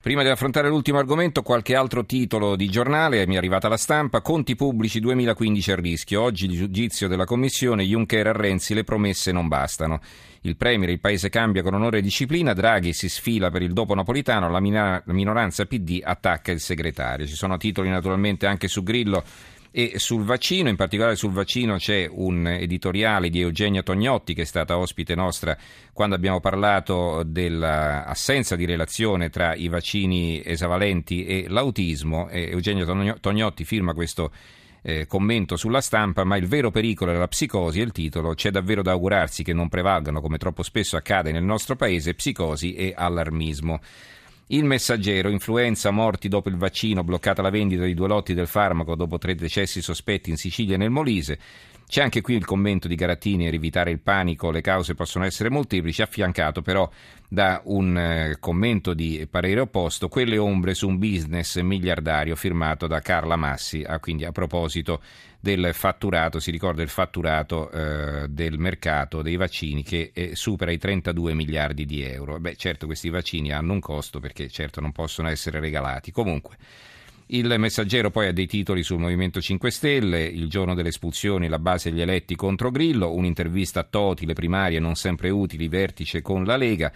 Prima di affrontare l'ultimo argomento, qualche altro titolo di giornale, mi è arrivata la stampa, conti pubblici 2015 a rischio, oggi il giudizio della Commissione, Juncker a Renzi, le promesse non bastano. Il Premier, il Paese cambia con onore e disciplina, Draghi si sfila per il dopo napolitano, la minoranza PD attacca il segretario. Ci sono titoli naturalmente anche su Grillo e sul vaccino, in particolare sul vaccino c'è un editoriale di Eugenia Tognotti che è stata ospite nostra quando abbiamo parlato dell'assenza di relazione tra i vaccini esavalenti e l'autismo. Eugenia Tognotti firma questo commento sulla stampa, ma il vero pericolo è la psicosi, è il titolo. C'è davvero da augurarsi che non prevalgano, come troppo spesso accade nel nostro paese, psicosi e allarmismo. Il Messaggero, influenza, morti dopo il vaccino, bloccata la vendita di 2 lotti del farmaco dopo 3 decessi sospetti in Sicilia e nel Molise. C'è anche qui il commento di Garattini, per evitare il panico, le cause possono essere molteplici, affiancato però da un commento di parere opposto, quelle ombre su un business miliardario, firmato da Carla Massi, quindi a proposito del fatturato, si ricorda il fatturato del mercato dei vaccini che supera i 32 miliardi di euro. Beh, certo questi vaccini hanno un costo perché certo non possono essere regalati. Comunque, il Messaggero poi ha dei titoli sul Movimento 5 Stelle, il giorno delle espulsioni, la base degli eletti contro Grillo, un'intervista a Toti, le primarie non sempre utili, vertice con la Lega.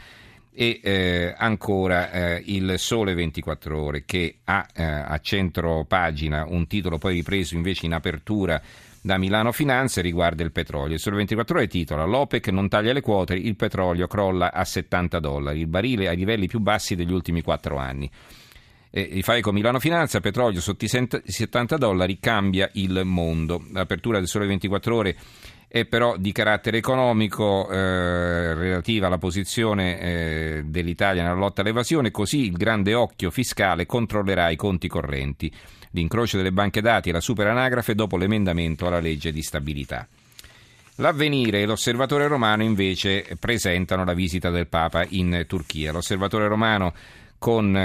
E ancora il Sole 24 Ore che ha a centro pagina un titolo poi ripreso invece in apertura da Milano Finanze, riguarda il petrolio. Il Sole 24 Ore titola: l'OPEC non taglia le quote, il petrolio crolla a $70, il barile ai livelli più bassi degli ultimi 4 anni. Fai con Milano Finanza, petrolio sotto i $70 cambia il mondo. L'apertura del Sole 24 Ore è però di carattere economico, relativa alla posizione dell'Italia nella lotta all'evasione, così il grande occhio fiscale controllerà i conti correnti. L'incrocio delle banche dati e la superanagrafe dopo l'emendamento alla legge di stabilità. L'Avvenire e l'Osservatore Romano invece presentano la visita del Papa in Turchia. L'Osservatore Romano con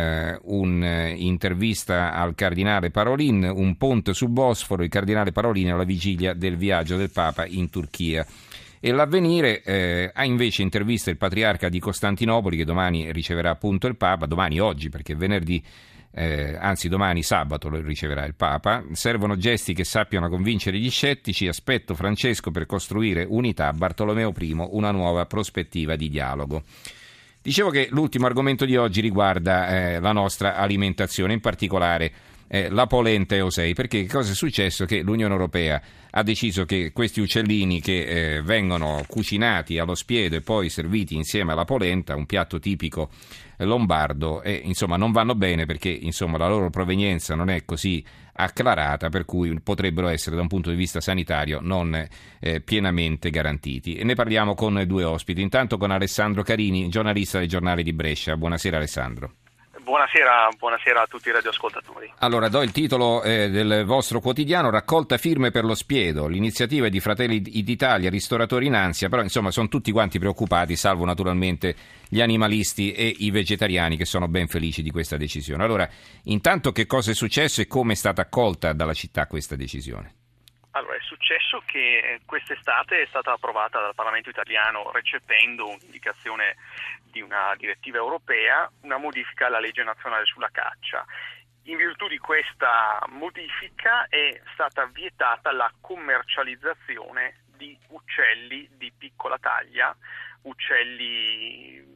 un'intervista al cardinale Parolin, un ponte sul Bosforo, il cardinale Parolin alla vigilia del viaggio del Papa in Turchia. E l'Avvenire ha invece intervista il patriarca di Costantinopoli, che domani riceverà appunto il Papa, oggi perché è venerdì, anzi domani sabato lo riceverà il Papa. Servono gesti che sappiano convincere gli scettici, aspetto Francesco per costruire unità, Bartolomeo I, una nuova prospettiva di dialogo. Dicevo che l'ultimo argomento di oggi riguarda la nostra alimentazione, in particolare la polenta EO6, perché cosa è successo? Che l'Unione Europea ha deciso che questi uccellini che vengono cucinati allo spiedo e poi serviti insieme alla polenta, un piatto tipico lombardo, insomma non vanno bene perché insomma la loro provenienza non è così acclarata, per cui potrebbero essere da un punto di vista sanitario non pienamente garantiti. E ne parliamo con 2 ospiti, intanto con Alessandro Carini, giornalista del Giornale di Brescia. Buonasera Alessandro. Buonasera a tutti i radioascoltatori. Allora, do il titolo del vostro quotidiano: raccolta firme per lo spiedo, l'iniziativa è di Fratelli d'Italia, ristoratori in ansia, però insomma sono tutti quanti preoccupati, salvo naturalmente gli animalisti e i vegetariani che sono ben felici di questa decisione. Allora, intanto che cosa è successo e come è stata accolta dalla città questa decisione? Allora, è successo che quest'estate è stata approvata dal Parlamento italiano, recependo un'indicazione di una direttiva europea, una modifica alla legge nazionale sulla caccia. In virtù di questa modifica è stata vietata la commercializzazione di uccelli di piccola taglia, uccelli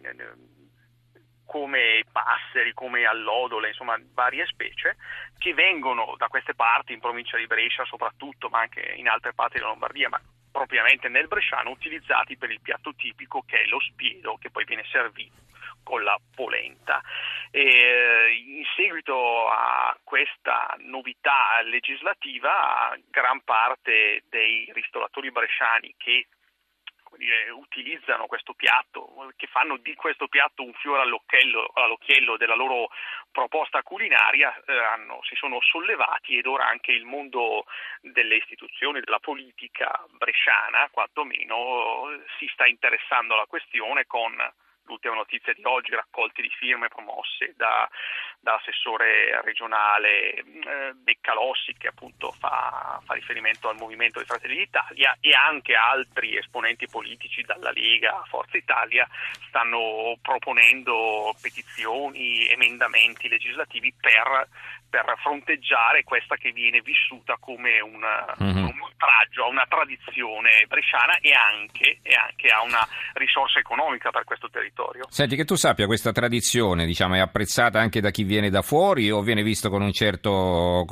come passeri, come allodole, insomma varie specie che vengono da queste parti, in provincia di Brescia soprattutto, ma anche in altre parti della Lombardia, ma propriamente nel bresciano, utilizzati per il piatto tipico che è lo spiedo, che poi viene servito con la polenta. In seguito a questa novità legislativa, gran parte dei ristoratori bresciani che utilizzano questo piatto, che fanno di questo piatto un fiore all'occhiello della loro proposta culinaria, si sono sollevati, ed ora anche il mondo delle istituzioni, della politica bresciana, quantomeno, si sta interessando alla questione con l'ultima notizia di oggi, raccolti di firme promosse dall'assessore regionale Beccalossi, che appunto fa riferimento al movimento dei Fratelli d'Italia, e anche altri esponenti politici dalla Lega a Forza Italia stanno proponendo petizioni, emendamenti legislativi per fronteggiare questa che viene vissuta come un oltraggio a una tradizione bresciana e anche a una risorsa economica per questo territorio. Senti, che tu sappia, questa tradizione, diciamo, è apprezzata anche da chi viene da fuori o viene visto con un certo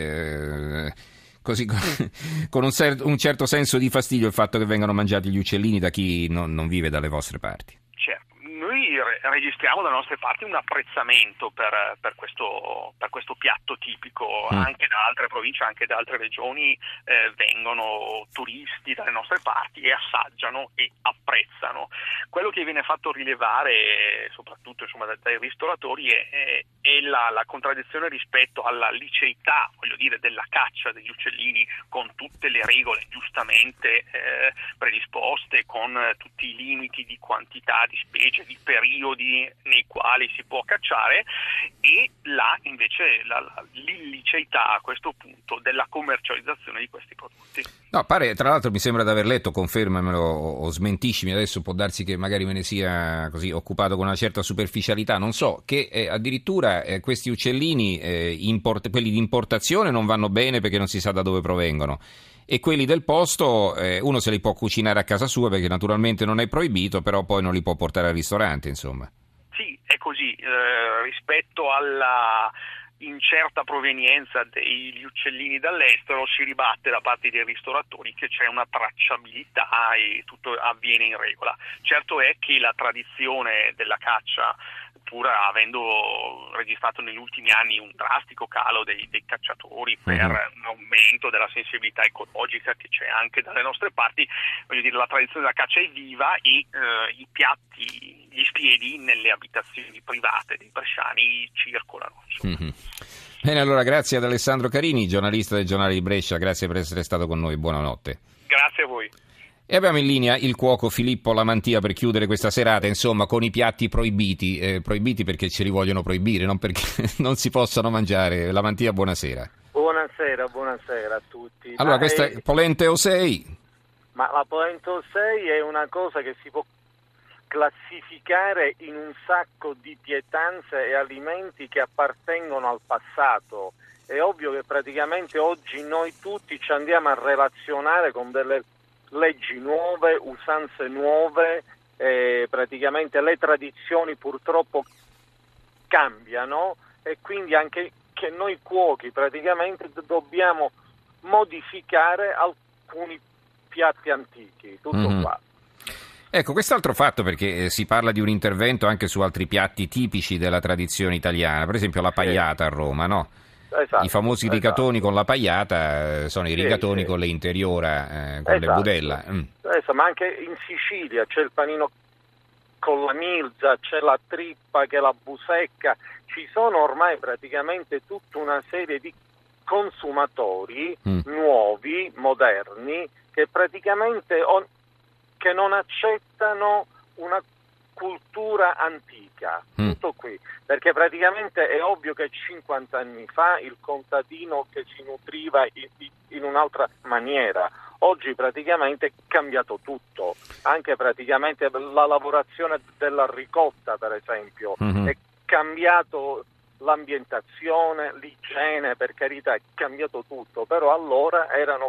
con un certo senso di fastidio il fatto che vengano mangiati gli uccellini da chi non vive dalle vostre parti? Certo. Noi registriamo dalle nostre parti un apprezzamento per questo piatto tipico. Anche da altre province, anche da altre regioni vengono turisti dalle nostre parti e assaggiano e apprezzano. Quello che viene fatto rilevare soprattutto dai ristoratori è la contraddizione rispetto alla liceità, voglio dire, della caccia degli uccellini, con tutte le regole giustamente predisposte, con tutti i limiti di quantità, di specie, di periodi nei quali si può cacciare, e invece l'illiceità a questo punto della commercializzazione di questi prodotti. No, pare, tra l'altro mi sembra di aver letto, confermamelo o smentiscimi, adesso può darsi che magari me ne sia così occupato con una certa superficialità, non so, che addirittura questi uccellini, quelli di importazione, non vanno bene perché non si sa da dove provengono, e quelli del posto uno se li può cucinare a casa sua perché naturalmente non è proibito, però poi non li può portare al ristorante, insomma. Sì, è così. Rispetto alla incerta provenienza degli uccellini dall'estero si ribatte da parte dei ristoratori che c'è una tracciabilità e tutto avviene in regola. Certo è che la tradizione della caccia, pur avendo registrato negli ultimi anni un drastico calo dei cacciatori per un aumento della sensibilità ecologica che c'è anche dalle nostre parti, voglio dire, la tradizione della caccia è viva e i piatti, gli spiedi nelle abitazioni private dei bresciani circolano. Bene, allora grazie ad Alessandro Carini, giornalista del Giornale di Brescia, grazie per essere stato con noi, buonanotte. Grazie a voi. E abbiamo in linea il cuoco Filippo Lamantia per chiudere questa serata, insomma, con i piatti proibiti, proibiti perché ce li vogliono proibire, non perché non si possano mangiare. Lamantia, buonasera. Buonasera a tutti. Allora, questa è polente o sei? Ma la polente o sei è una cosa che si può classificare in un sacco di pietanze e alimenti che appartengono al passato. È ovvio che praticamente oggi noi tutti ci andiamo a relazionare con delle leggi nuove, usanze nuove, praticamente le tradizioni purtroppo cambiano e quindi anche che noi cuochi praticamente dobbiamo modificare alcuni piatti antichi, tutto qua. Ecco, quest'altro fatto, perché si parla di un intervento anche su altri piatti tipici della tradizione italiana, per esempio la pagliata a Roma, no? Esatto, I famosi rigatoni con la pagliata sono i rigatoni con le interiora, con le budella. Ma anche in Sicilia c'è il panino con la milza, c'è la trippa che è la busecca, ci sono ormai praticamente tutta una serie di consumatori nuovi, moderni, che praticamente che non accettano una cultura antica, tutto qui, perché praticamente è ovvio che 50 anni fa il contadino che si nutriva in un'altra maniera, oggi praticamente è cambiato tutto, anche praticamente la lavorazione della ricotta per esempio, è cambiato l'ambientazione, l'igiene, per carità è cambiato tutto, però allora erano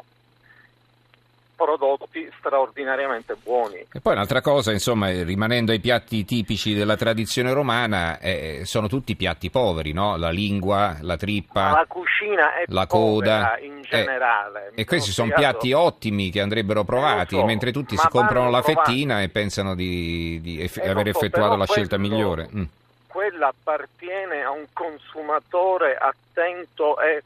prodotti straordinariamente buoni. E poi un'altra cosa, insomma, rimanendo ai piatti tipici della tradizione romana, sono tutti piatti poveri, no? La lingua, la trippa, la cucina è la coda, in generale. E questi sono piatti ottimi che andrebbero provati, mentre tutti si comprano la fettina e pensano di aver effettuato la scelta migliore. Quella appartiene a un consumatore attento e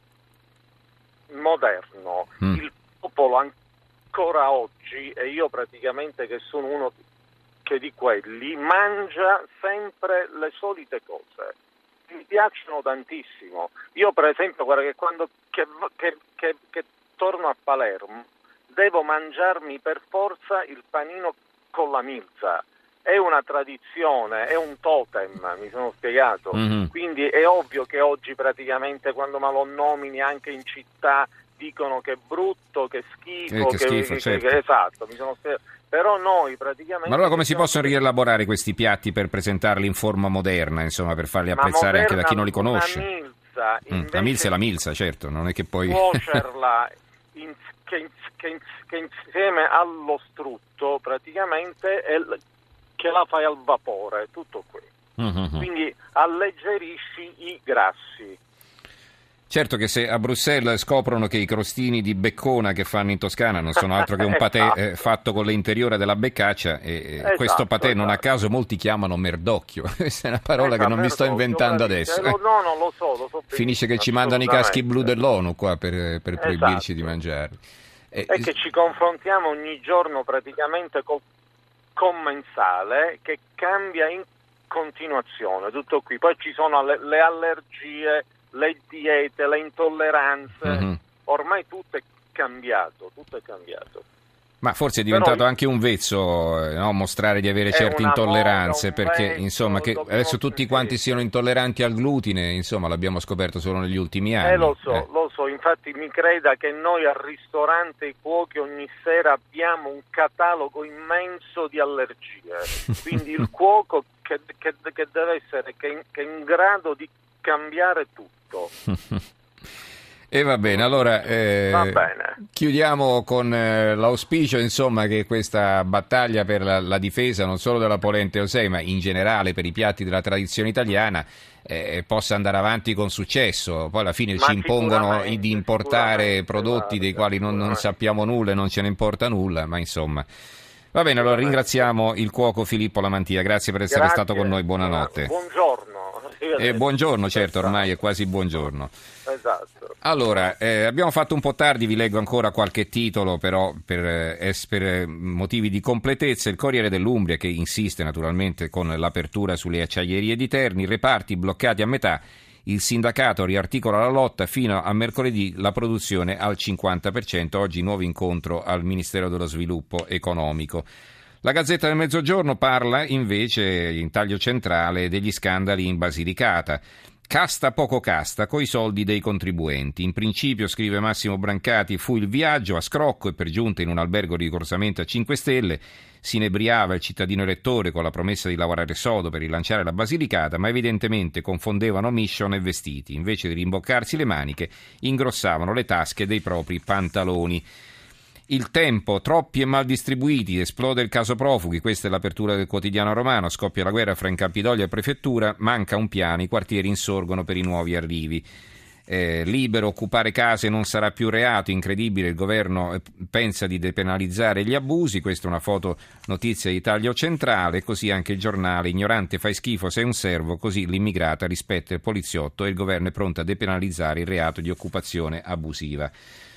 moderno. Il popolo ancora oggi, e io praticamente che sono uno che di quelli, mangia sempre le solite cose. Mi piacciono tantissimo. Io per esempio, guarda che quando che torno a Palermo devo mangiarmi per forza il panino con la milza. è una tradizione, è un totem, mi sono spiegato. Quindi è ovvio che oggi praticamente quando me lo nomini anche in città dicono che è brutto, che è schifo, certo. Esatto, mi sono spiegato. Però noi praticamente... Ma allora come si possono rielaborare questi piatti per presentarli in forma moderna, insomma, per farli apprezzare anche da chi non li conosce? La milza è la milza, certo, non è che poi... Cuocerla che insieme allo strutto praticamente che la fai al vapore, tutto qui. Quindi alleggerisci i grassi. Certo che se a Bruxelles scoprono che i crostini di beccona che fanno in Toscana non sono altro che un patè fatto con l'interiore della beccaccia, questo patè non a caso molti chiamano merdocchio, questa è una parola che non mi sto inventando adesso. No, non lo so. Finisce che ci mandano i caschi blu dell'ONU qua per proibirci di mangiarli. È che ci confrontiamo ogni giorno praticamente col commensale che cambia in continuazione, tutto qui. Poi ci sono le allergie, le diete, le intolleranze, ormai tutto è cambiato. Ma forse è diventato anche un vezzo, no? Mostrare di avere certe intolleranze, perché insomma che adesso tutti quanti siano intolleranti al glutine, insomma l'abbiamo scoperto solo negli ultimi anni. Lo so, infatti mi creda che noi al ristorante i cuochi ogni sera abbiamo un catalogo immenso di allergie, quindi il cuoco che deve essere che è in grado di cambiare tutto. E va bene, allora chiudiamo con l'auspicio insomma che questa battaglia per la difesa non solo della polenta O6 ma in generale per i piatti della tradizione italiana possa andare avanti con successo. Poi alla fine ci impongono di importare prodotti dei quali non sappiamo nulla e non ce ne importa nulla, ma insomma va bene. Allora ringraziamo il cuoco Filippo Lamantia, grazie per essere stato con noi, buonanotte. Buongiorno. Buongiorno, certo, ormai è quasi buongiorno. Esatto. Allora, abbiamo fatto un po' tardi, vi leggo ancora qualche titolo, però per motivi di completezza. Il Corriere dell'Umbria che insiste naturalmente con l'apertura sulle acciaierie di Terni, reparti bloccati a metà, il sindacato riarticola la lotta, fino a mercoledì la produzione al 50%, oggi nuovo incontro al Ministero dello Sviluppo Economico. La Gazzetta del Mezzogiorno parla invece in taglio centrale degli scandali in Basilicata. Casta poco casta, coi soldi dei contribuenti. In principio, scrive Massimo Brancati, fu il viaggio a scrocco e per giunta in un albergo di ricorsamento a 5 stelle. Si inebriava il cittadino elettore con la promessa di lavorare sodo per rilanciare la Basilicata, ma evidentemente confondevano mission e vestiti. Invece di rimboccarsi le maniche, ingrossavano le tasche dei propri pantaloni. Il Tempo, troppi e mal distribuiti, esplode il caso profughi, questa è l'apertura del quotidiano romano, scoppia la guerra fra in Campidoglio e prefettura, manca un piano, i quartieri insorgono per i nuovi arrivi. Libero, occupare case non sarà più reato, incredibile, il governo pensa di depenalizzare gli abusi, questa è una foto notizia di taglio centrale, così anche il giornale, ignorante fai schifo sei un servo, così l'immigrata rispetta il poliziotto e il governo è pronto a depenalizzare il reato di occupazione abusiva.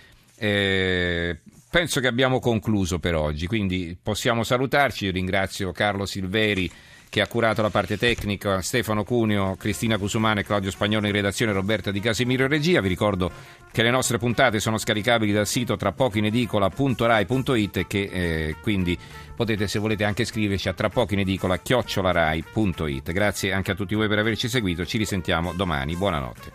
Penso che abbiamo concluso per oggi, quindi possiamo salutarci. Io ringrazio Carlo Silveri che ha curato la parte tecnica, Stefano Cuneo, Cristina Cusumano e Claudio Spagnolo in redazione, Roberta Di Casimiro in regia. Vi ricordo che le nostre puntate sono scaricabili dal sito trapocoinedicola.rai.it e che quindi potete, se volete, anche scriverci a trapocoinedicola@rai.it. Grazie anche a tutti voi per averci seguito, ci risentiamo domani, buonanotte.